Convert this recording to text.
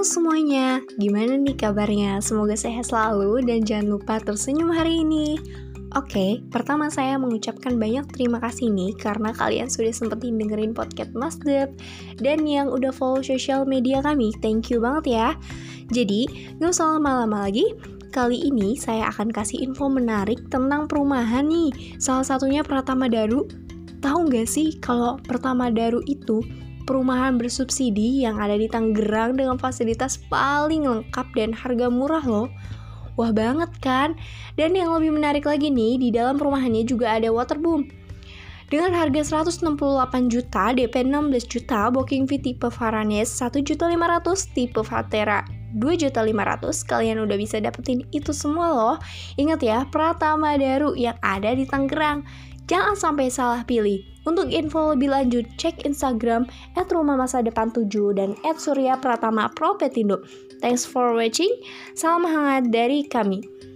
semuanya, gimana nih kabarnya? Semoga sehat selalu dan jangan lupa tersenyum hari ini. Oke, pertama saya mengucapkan banyak terima kasih nih karena kalian sudah sempetin dengerin podcast Mas Dep. Dan yang udah follow sosial media kami, thank you banget ya. Jadi, gak usah lama-lama lagi. Kali ini saya akan kasih info menarik tentang perumahan nih. Salah satunya Pratama Daru. Tahu gak sih kalau Pratama Daru itu perumahan bersubsidi yang ada di Tangerang dengan fasilitas paling lengkap dan harga murah loh. Wah banget kan? Dan yang lebih menarik lagi nih, di dalam perumahannya juga ada waterboom. Dengan harga 168 juta, DP 16 juta, booking fee tipe Varanes 1.500.000, tipe Vatera 2.500.000, kalian udah bisa dapetin itu semua loh. Ingat ya, Pratama Daru yang ada di Tangerang. Jangan sampai salah pilih. Untuk info lebih lanjut, cek Instagram @rumahmasadepan7 dan @suryapratama propetindo. Thanks for watching. Salam hangat dari kami.